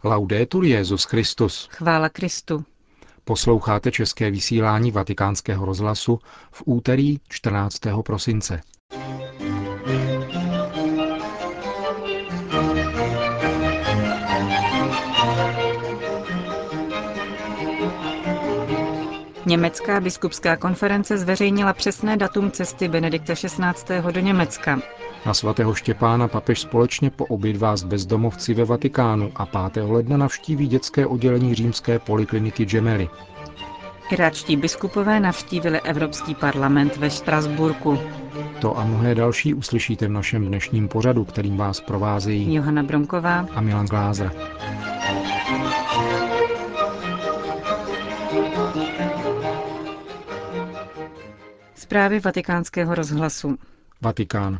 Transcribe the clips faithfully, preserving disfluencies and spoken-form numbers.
Laudetur Jesus Christus. Chvála Kristu. Posloucháte české vysílání Vatikánského rozhlasu v úterý čtrnáctého prosince. Německá biskupská konference zveřejnila přesné datum cesty Benedikta šestnáctého. do Německa. Na svatého Štěpána papež společně poobědvá s bezdomovci ve Vatikánu a pátého ledna navštíví dětské oddělení římské polikliniky Gemelli. Iráčtí biskupové navštívili Evropský parlament ve Štrasburku. To a mnohé další uslyšíte v našem dnešním pořadu, kterým vás provázejí Johana Bromková a Milan Glázer. Zprávy Vatikánského rozhlasu. Vatikán.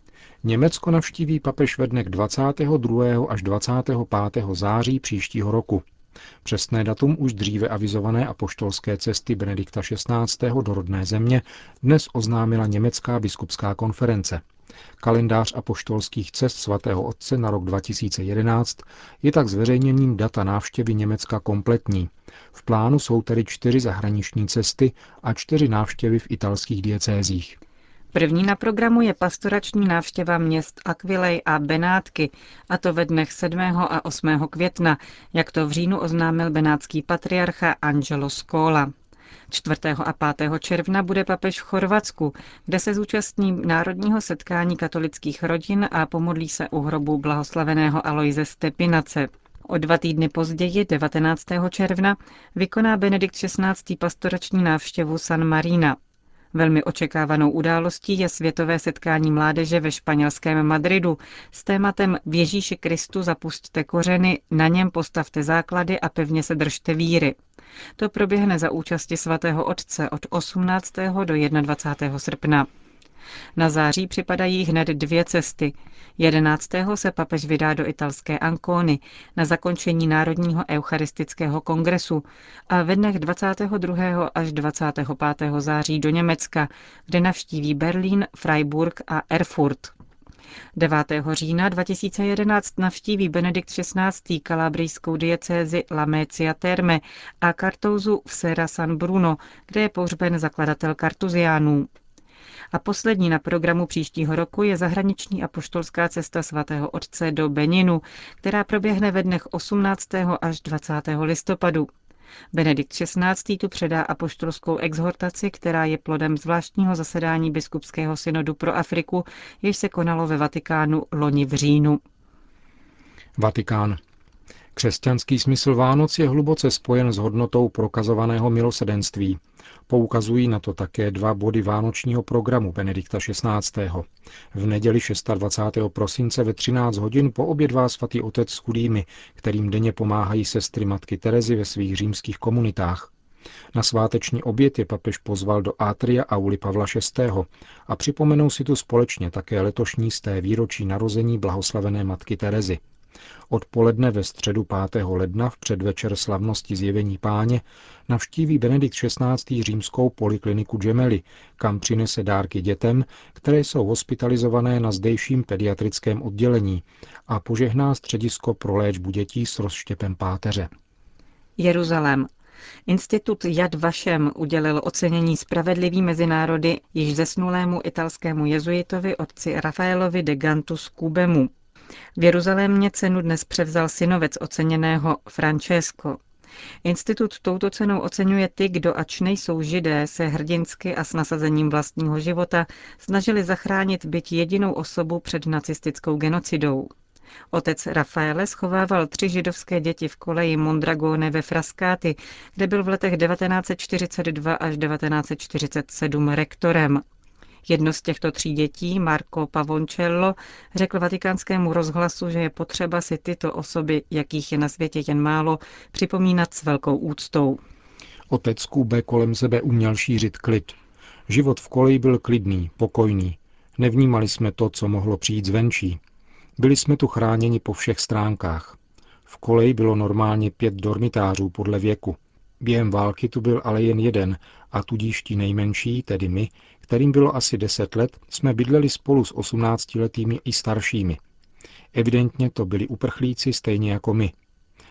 Německo navštíví papež ve dnech dvacátého druhého až dvacátého pátého září příštího roku. Přesné datum už dříve avizované apoštolské cesty Benedikta šestnáctého. do rodné země dnes oznámila Německá biskupská konference. Kalendář apoštolských cest svatého otce na rok dva tisíce jedenáct je tak zveřejněním data návštěvy Německa kompletní. V plánu jsou tedy čtyři zahraniční cesty a čtyři návštěvy v italských diecézích. První na programu je pastorační návštěva měst Aquileji a Benátky, a to ve dnech sedmého a osmého května, jak to v říjnu oznámil benátský patriarcha Angelo Scola. čtvrtého a pátého června bude papež v Chorvatsku, kde se zúčastní národního setkání katolických rodin a pomodlí se u hrobu blahoslaveného Alojze Stepinace. O dva týdny později, devatenáctého června, vykoná Benedikt šestnáctý. pastorační návštěvu San Marina. Velmi očekávanou událostí je světové setkání mládeže ve španělském Madridu s tématem V Ježíši Kristu zapusťte kořeny, na něm postavte základy a pevně se držte víry. To proběhne za účasti svatého otce od osmnáctého do dvacátého prvního srpna. Na září připadají hned dvě cesty. jedenáctého se papež vydá do italské Ancony na zakončení Národního eucharistického kongresu a ve dnech dvacátého druhého až dvacátého pátého září do Německa, kde navštíví Berlín, Freiburg a Erfurt. devátého října dva tisíce jedenáct navštíví Benedikt šestnáctý. kalabrijskou diecézi Lamezia Terme a Kartouzu v Serra San Bruno, kde je pohřben zakladatel kartuziánů. A poslední na programu příštího roku je zahraniční apoštolská cesta svatého otce do Beninu, která proběhne ve dnech osmnáctého až dvacátého listopadu. Benedikt šestnáctý. tu předá apoštolskou exhortaci, která je plodem zvláštního zasedání biskupského synodu pro Afriku, jež se konalo ve Vatikánu loni v říjnu. Vatikán. Křesťanský smysl Vánoc je hluboce spojen s hodnotou prokazovaného milosedenství. Poukazují na to také dva body vánočního programu Benedikta šestnáctého. V neděli dvacátého šestého prosince ve třináct hodin poobědvá svatý otec s chudými, kterým denně pomáhají sestry matky Terezy ve svých římských komunitách. Na sváteční oběd je papež pozval do Atria auly Pavla šestého. a připomenou si tu společně také letošní sté výročí narození blahoslavené matky Terezy. Odpoledne ve středu pátého ledna v předvečer slavnosti Zjevení Páně navštíví Benedikt šestnáctý. římskou polikliniku Gemelli, kam přinese dárky dětem, které jsou hospitalizované na zdejším pediatrickém oddělení, a požehná středisko pro léčbu dětí s rozštěpem páteře. Jeruzalém. Institut Yad Vashem udělil ocenění Spravedlivý mezi národy již zesnulému italskému jezuitovi otci Rafaelovi de Gantus Kubemu. V Jeruzalémě cenu dnes převzal synovec oceněného Francesco. Institut touto cenou oceňuje ty, kdo, ač nejsou židé, se hrdinsky a s nasazením vlastního života snažili zachránit byť jedinou osobu před nacistickou genocidou. Otec Rafaele schovával tři židovské děti v koleji Mondragone ve Frascati, kde byl v letech devatenáct set čtyřicet dva až devatenáct set čtyřicet sedm rektorem. Jedno z těchto tří dětí, Marco Pavoncello, řekl Vatikánskému rozhlasu, že je potřeba si tyto osoby, jakých je na světě jen málo, připomínat s velkou úctou. Otec Kube kolem sebe uměl šířit klid. Život v koleji byl klidný, pokojný. Nevnímali jsme to, co mohlo přijít zvenčí. Byli jsme tu chráněni po všech stránkách. V koleji bylo normálně pět dormitářů podle věku. Během války tu byl ale jen jeden, a tudíž ti nejmenší, tedy my, kterým bylo asi deset let, jsme bydleli spolu s osmnáctiletými i staršími. Evidentně to byli uprchlíci stejně jako my.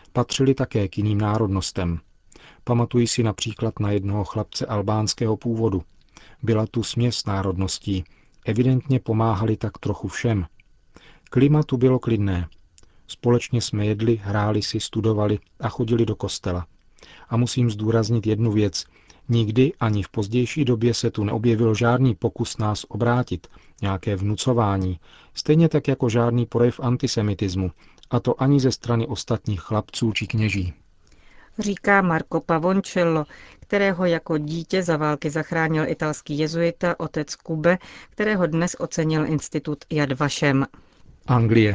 Patřili také k jiným národnostem. Pamatuji si například na jednoho chlapce albánského původu. Byla tu směs národností, evidentně pomáhali tak trochu všem. Klima tu bylo klidné. Společně jsme jedli, hráli si, studovali a chodili do kostela. A musím zdůraznit jednu věc. Nikdy ani v pozdější době se tu neobjevil žádný pokus nás obrátit, nějaké vnucování, stejně tak jako žádný projev antisemitismu, a to ani ze strany ostatních chlapců či kněží. Říká Marco Pavoncello, kterého jako dítě za války zachránil italský jezuita otec Kube, kterého dnes ocenil institut Yad Vashem. Anglie.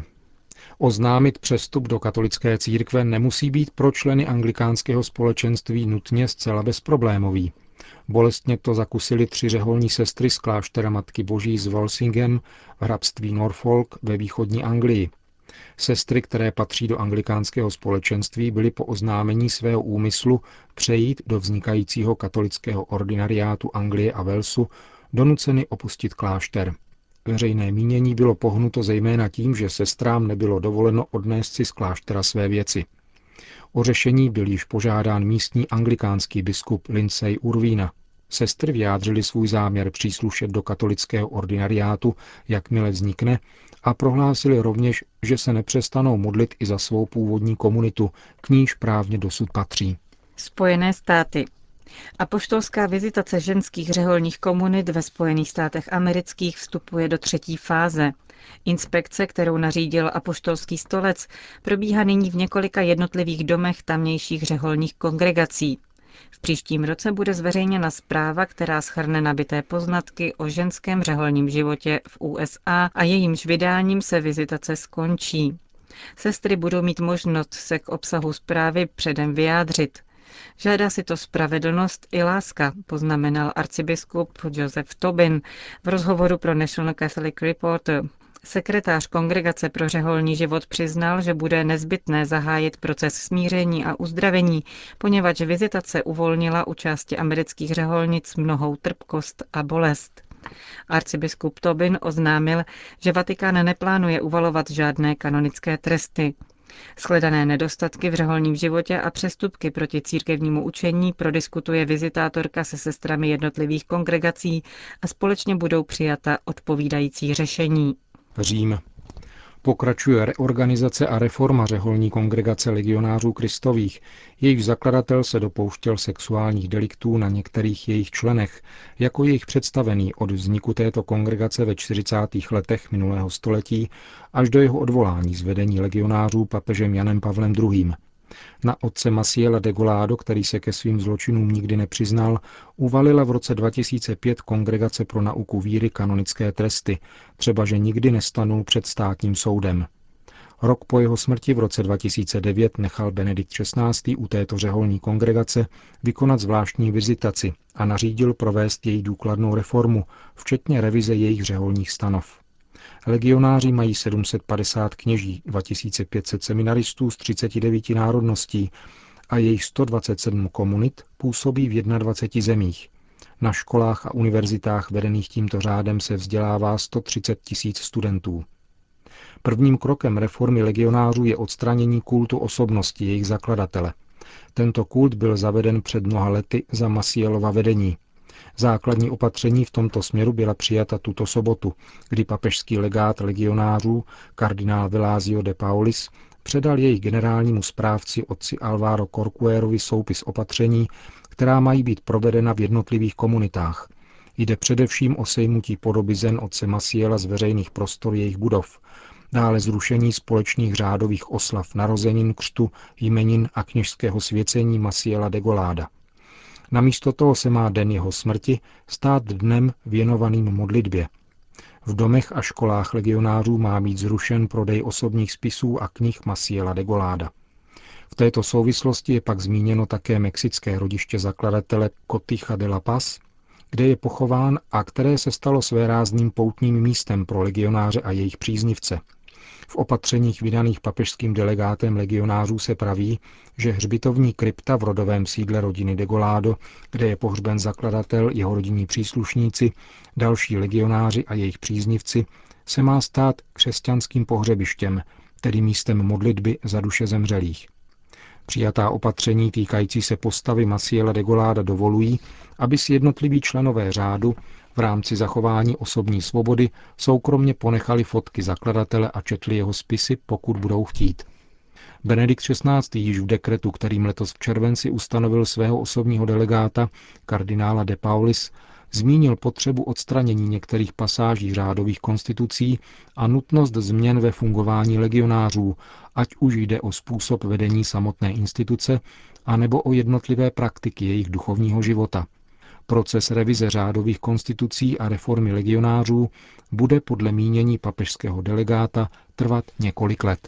Oznámit přestup do katolické církve nemusí být pro členy anglikánského společenství nutně zcela bezproblémový. Bolestně to zakusili tři řeholní sestry z kláštera Matky Boží z Walsingham v hrabství Norfolk ve východní Anglii. Sestry, které patří do anglikánského společenství, byly po oznámení svého úmyslu přejít do vznikajícího katolického ordinariátu Anglie a Walesu donuceny opustit klášter. Veřejné mínění bylo pohnuto zejména tím, že sestrám nebylo dovoleno odnést si z kláštera své věci. O řešení byl již požádán místní anglikánský biskup Lindsay Urvina. Sestry vyjádřily svůj záměr příslušet do katolického ordinariátu, jakmile vznikne, a prohlásili rovněž, že se nepřestanou modlit i za svou původní komunitu, k níž právně dosud patří. Spojené státy. Apoštolská vizitace ženských řeholních komunit ve Spojených státech amerických vstupuje do třetí fáze. Inspekce, kterou nařídil Apoštolský stolec, probíhá nyní v několika jednotlivých domech tamnějších řeholních kongregací. V příštím roce bude zveřejněna zpráva, která shrne nabité poznatky o ženském řeholním životě v U S A a jejímž vydáním se vizitace skončí. Sestry budou mít možnost se k obsahu zprávy předem vyjádřit. Žádá si to spravedlnost i láska, poznamenal arcibiskup Joseph Tobin v rozhovoru pro National Catholic Reporter. Sekretář Kongregace pro řeholní život přiznal, že bude nezbytné zahájit proces smíření a uzdravení, poněvadž vizitace uvolnila u části amerických řeholnic mnohou trpkost a bolest. Arcibiskup Tobin oznámil, že Vatikán neplánuje uvalovat žádné kanonické tresty. Shledané nedostatky v řeholním životě a přestupky proti církevnímu učení prodiskutuje vizitátorka se sestrami jednotlivých kongregací a společně budou přijata odpovídající řešení. Řím. Pokračuje reorganizace a reforma řeholní kongregace legionářů Kristových. Jejich zakladatel se dopouštěl sexuálních deliktů na některých jejich členech, jako jejich představený od vzniku této kongregace ve čtyřicátých letech minulého století až do jeho odvolání z vedení legionářů papežem Janem Pavlem druhým. Na otce Maciela de Golado, který se ke svým zločinům nikdy nepřiznal, uvalila v roce dva tisíce pět Kongregace pro nauku víry kanonické tresty, třeba že nikdy nestanul před státním soudem. Rok po jeho smrti v roce dva tisíce devět nechal Benedikt šestnáctý u této řeholní kongregace vykonat zvláštní vizitaci a nařídil provést její důkladnou reformu, včetně revize jejich řeholních stanov. Legionáři mají sedm set padesát kněží, dva tisíce pět set seminaristů z třiceti devíti národností a jejich sto dvacet sedm komunit působí v dvaceti jedné zemích. Na školách a univerzitách vedených tímto řádem se vzdělává sto třicet tisíc studentů. Prvním krokem reformy legionářů je odstranění kultu osobnosti jejich zakladatele. Tento kult byl zaveden před mnoha lety za Macielova vedení. Základní opatření v tomto směru byla přijata tuto sobotu, kdy papežský legát legionářů, kardinál Velázio de Paulis, předal jejich generálnímu správci otci Alvaro Corcuerovi soupis opatření, která mají být provedena v jednotlivých komunitách. Jde především o sejmutí podobizen otce Maciela z veřejných prostor jejich budov, dále zrušení společných řádových oslav narozenin, křtu, jmenin a kněžského svěcení Maciela de Golada. Namísto toho se má den jeho smrti stát dnem věnovaným modlitbě. V domech a školách legionářů má být zrušen prodej osobních spisů a knih Maciela de Golada. V této souvislosti je pak zmíněno také mexické rodiště zakladatele Cotija de la Paz, kde je pochován a které se stalo svérázným poutním místem pro legionáře a jejich příznivce. V opatřeních vydaných papežským delegátem legionářů se praví, že hřbitovní krypta v rodovém sídle rodiny de Golado, kde je pohřben zakladatel, jeho rodinní příslušníci, další legionáři a jejich příznivci, se má stát křesťanským pohřebištěm, tedy místem modlitby za duše zemřelých. Přijatá opatření týkající se postavy Maciela de Goláda dovolují, aby si jednotliví členové řádu v rámci zachování osobní svobody soukromně ponechali fotky zakladatele a četli jeho spisy, pokud budou chtít. Benedikt šestnáctý. Již v dekretu, kterým letos v červenci ustanovil svého osobního delegáta, kardinála de Paulis, zmínil potřebu odstranění některých pasáží řádových konstitucí a nutnost změn ve fungování legionářů, ať už jde o způsob vedení samotné instituce, anebo o jednotlivé praktiky jejich duchovního života. Proces revize řádových konstitucí a reformy legionářů bude podle mínění papežského delegáta trvat několik let.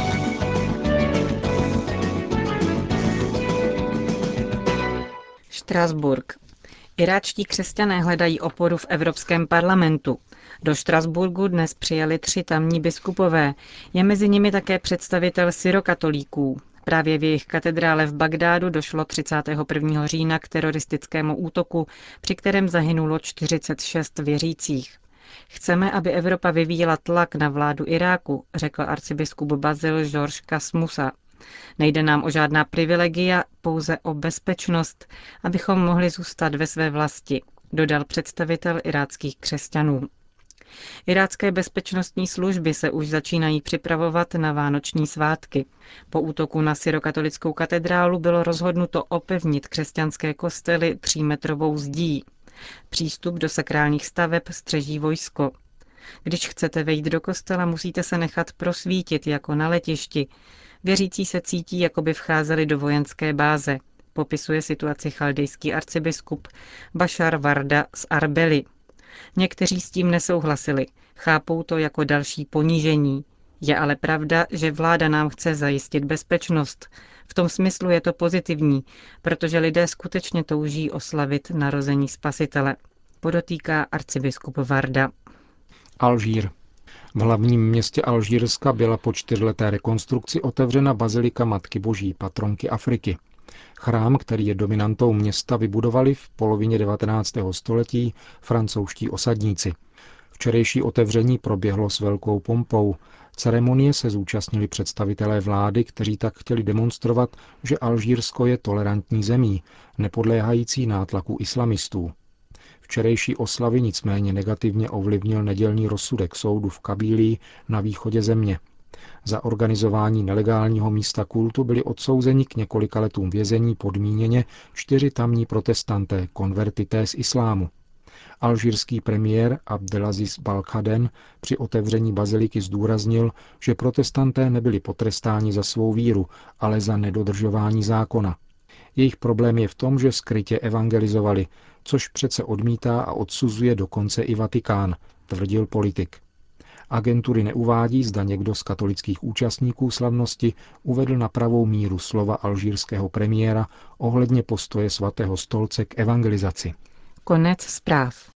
Štrasburk. Iráčtí křesťané hledají oporu v Evropském parlamentu. Do Štrasburgu dnes přijeli tři tamní biskupové. Je mezi nimi také představitel syrokatolíků. Právě v jejich katedrále v Bagdádu došlo třicátého prvního října k teroristickému útoku, při kterém zahynulo čtyřicet šest věřících. Chceme, aby Evropa vyvíjela tlak na vládu Iráku, řekl arcibiskup Basil George Kasmusa. Nejde nám o žádná privilegia, pouze o bezpečnost, abychom mohli zůstat ve své vlasti, dodal představitel iráckých křesťanů. Irácké bezpečnostní služby se už začínají připravovat na vánoční svátky. Po útoku na syrokatolickou katedrálu bylo rozhodnuto opevnit křesťanské kostely třímetrovou zdí. Přístup do sakrálních staveb střeží vojsko. Když chcete vejít do kostela, musíte se nechat prosvítit jako na letišti. Věřící se cítí, jako by vcházeli do vojenské báze, popisuje situaci chaldejský arcibiskup Bashar Varda z Arbely. Někteří s tím nesouhlasili, chápou to jako další ponížení. Je ale pravda, že vláda nám chce zajistit bezpečnost. V tom smyslu je to pozitivní, protože lidé skutečně touží oslavit narození Spasitele, podotýká arcibiskup Varda. Alžír. V hlavním městě Alžírska byla po čtyřleté rekonstrukci otevřena bazilika Matky Boží, patronky Afriky. Chrám, který je dominantou města, vybudovali v polovině devatenáctého století francouzští osadníci. Včerejší otevření proběhlo s velkou pompou. Ceremonie se zúčastnili představitelé vlády, kteří tak chtěli demonstrovat, že Alžírsko je tolerantní zemí, nepodléhající nátlaku islamistů. Včerejší oslavy nicméně negativně ovlivnil nedělní rozsudek soudu v Kabílii na východě země. Za organizování nelegálního místa kultu byli odsouzeni k několika letům vězení podmíněně čtyři tamní protestanté, konvertité z islámu. Alžírský premiér Abdelaziz Balkhaden při otevření baziliky zdůraznil, že protestanté nebyli potrestáni za svou víru, ale za nedodržování zákona. Jejich problém je v tom, že skrytě evangelizovali, což přece odmítá a odsuzuje dokonce i Vatikán, tvrdil politik. Agentury neuvádí, zda někdo z katolických účastníků slavnosti uvedl na pravou míru slova alžírského premiéra ohledně postoje svatého stolce k evangelizaci. Konec zpráv.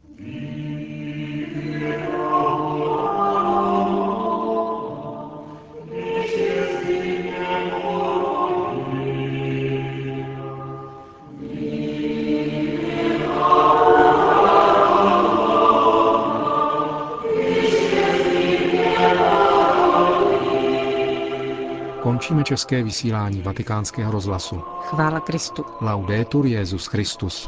Končíme české vysílání Vatikánského rozhlasu. Chvála Kristu. Laudetur Jesus Christus.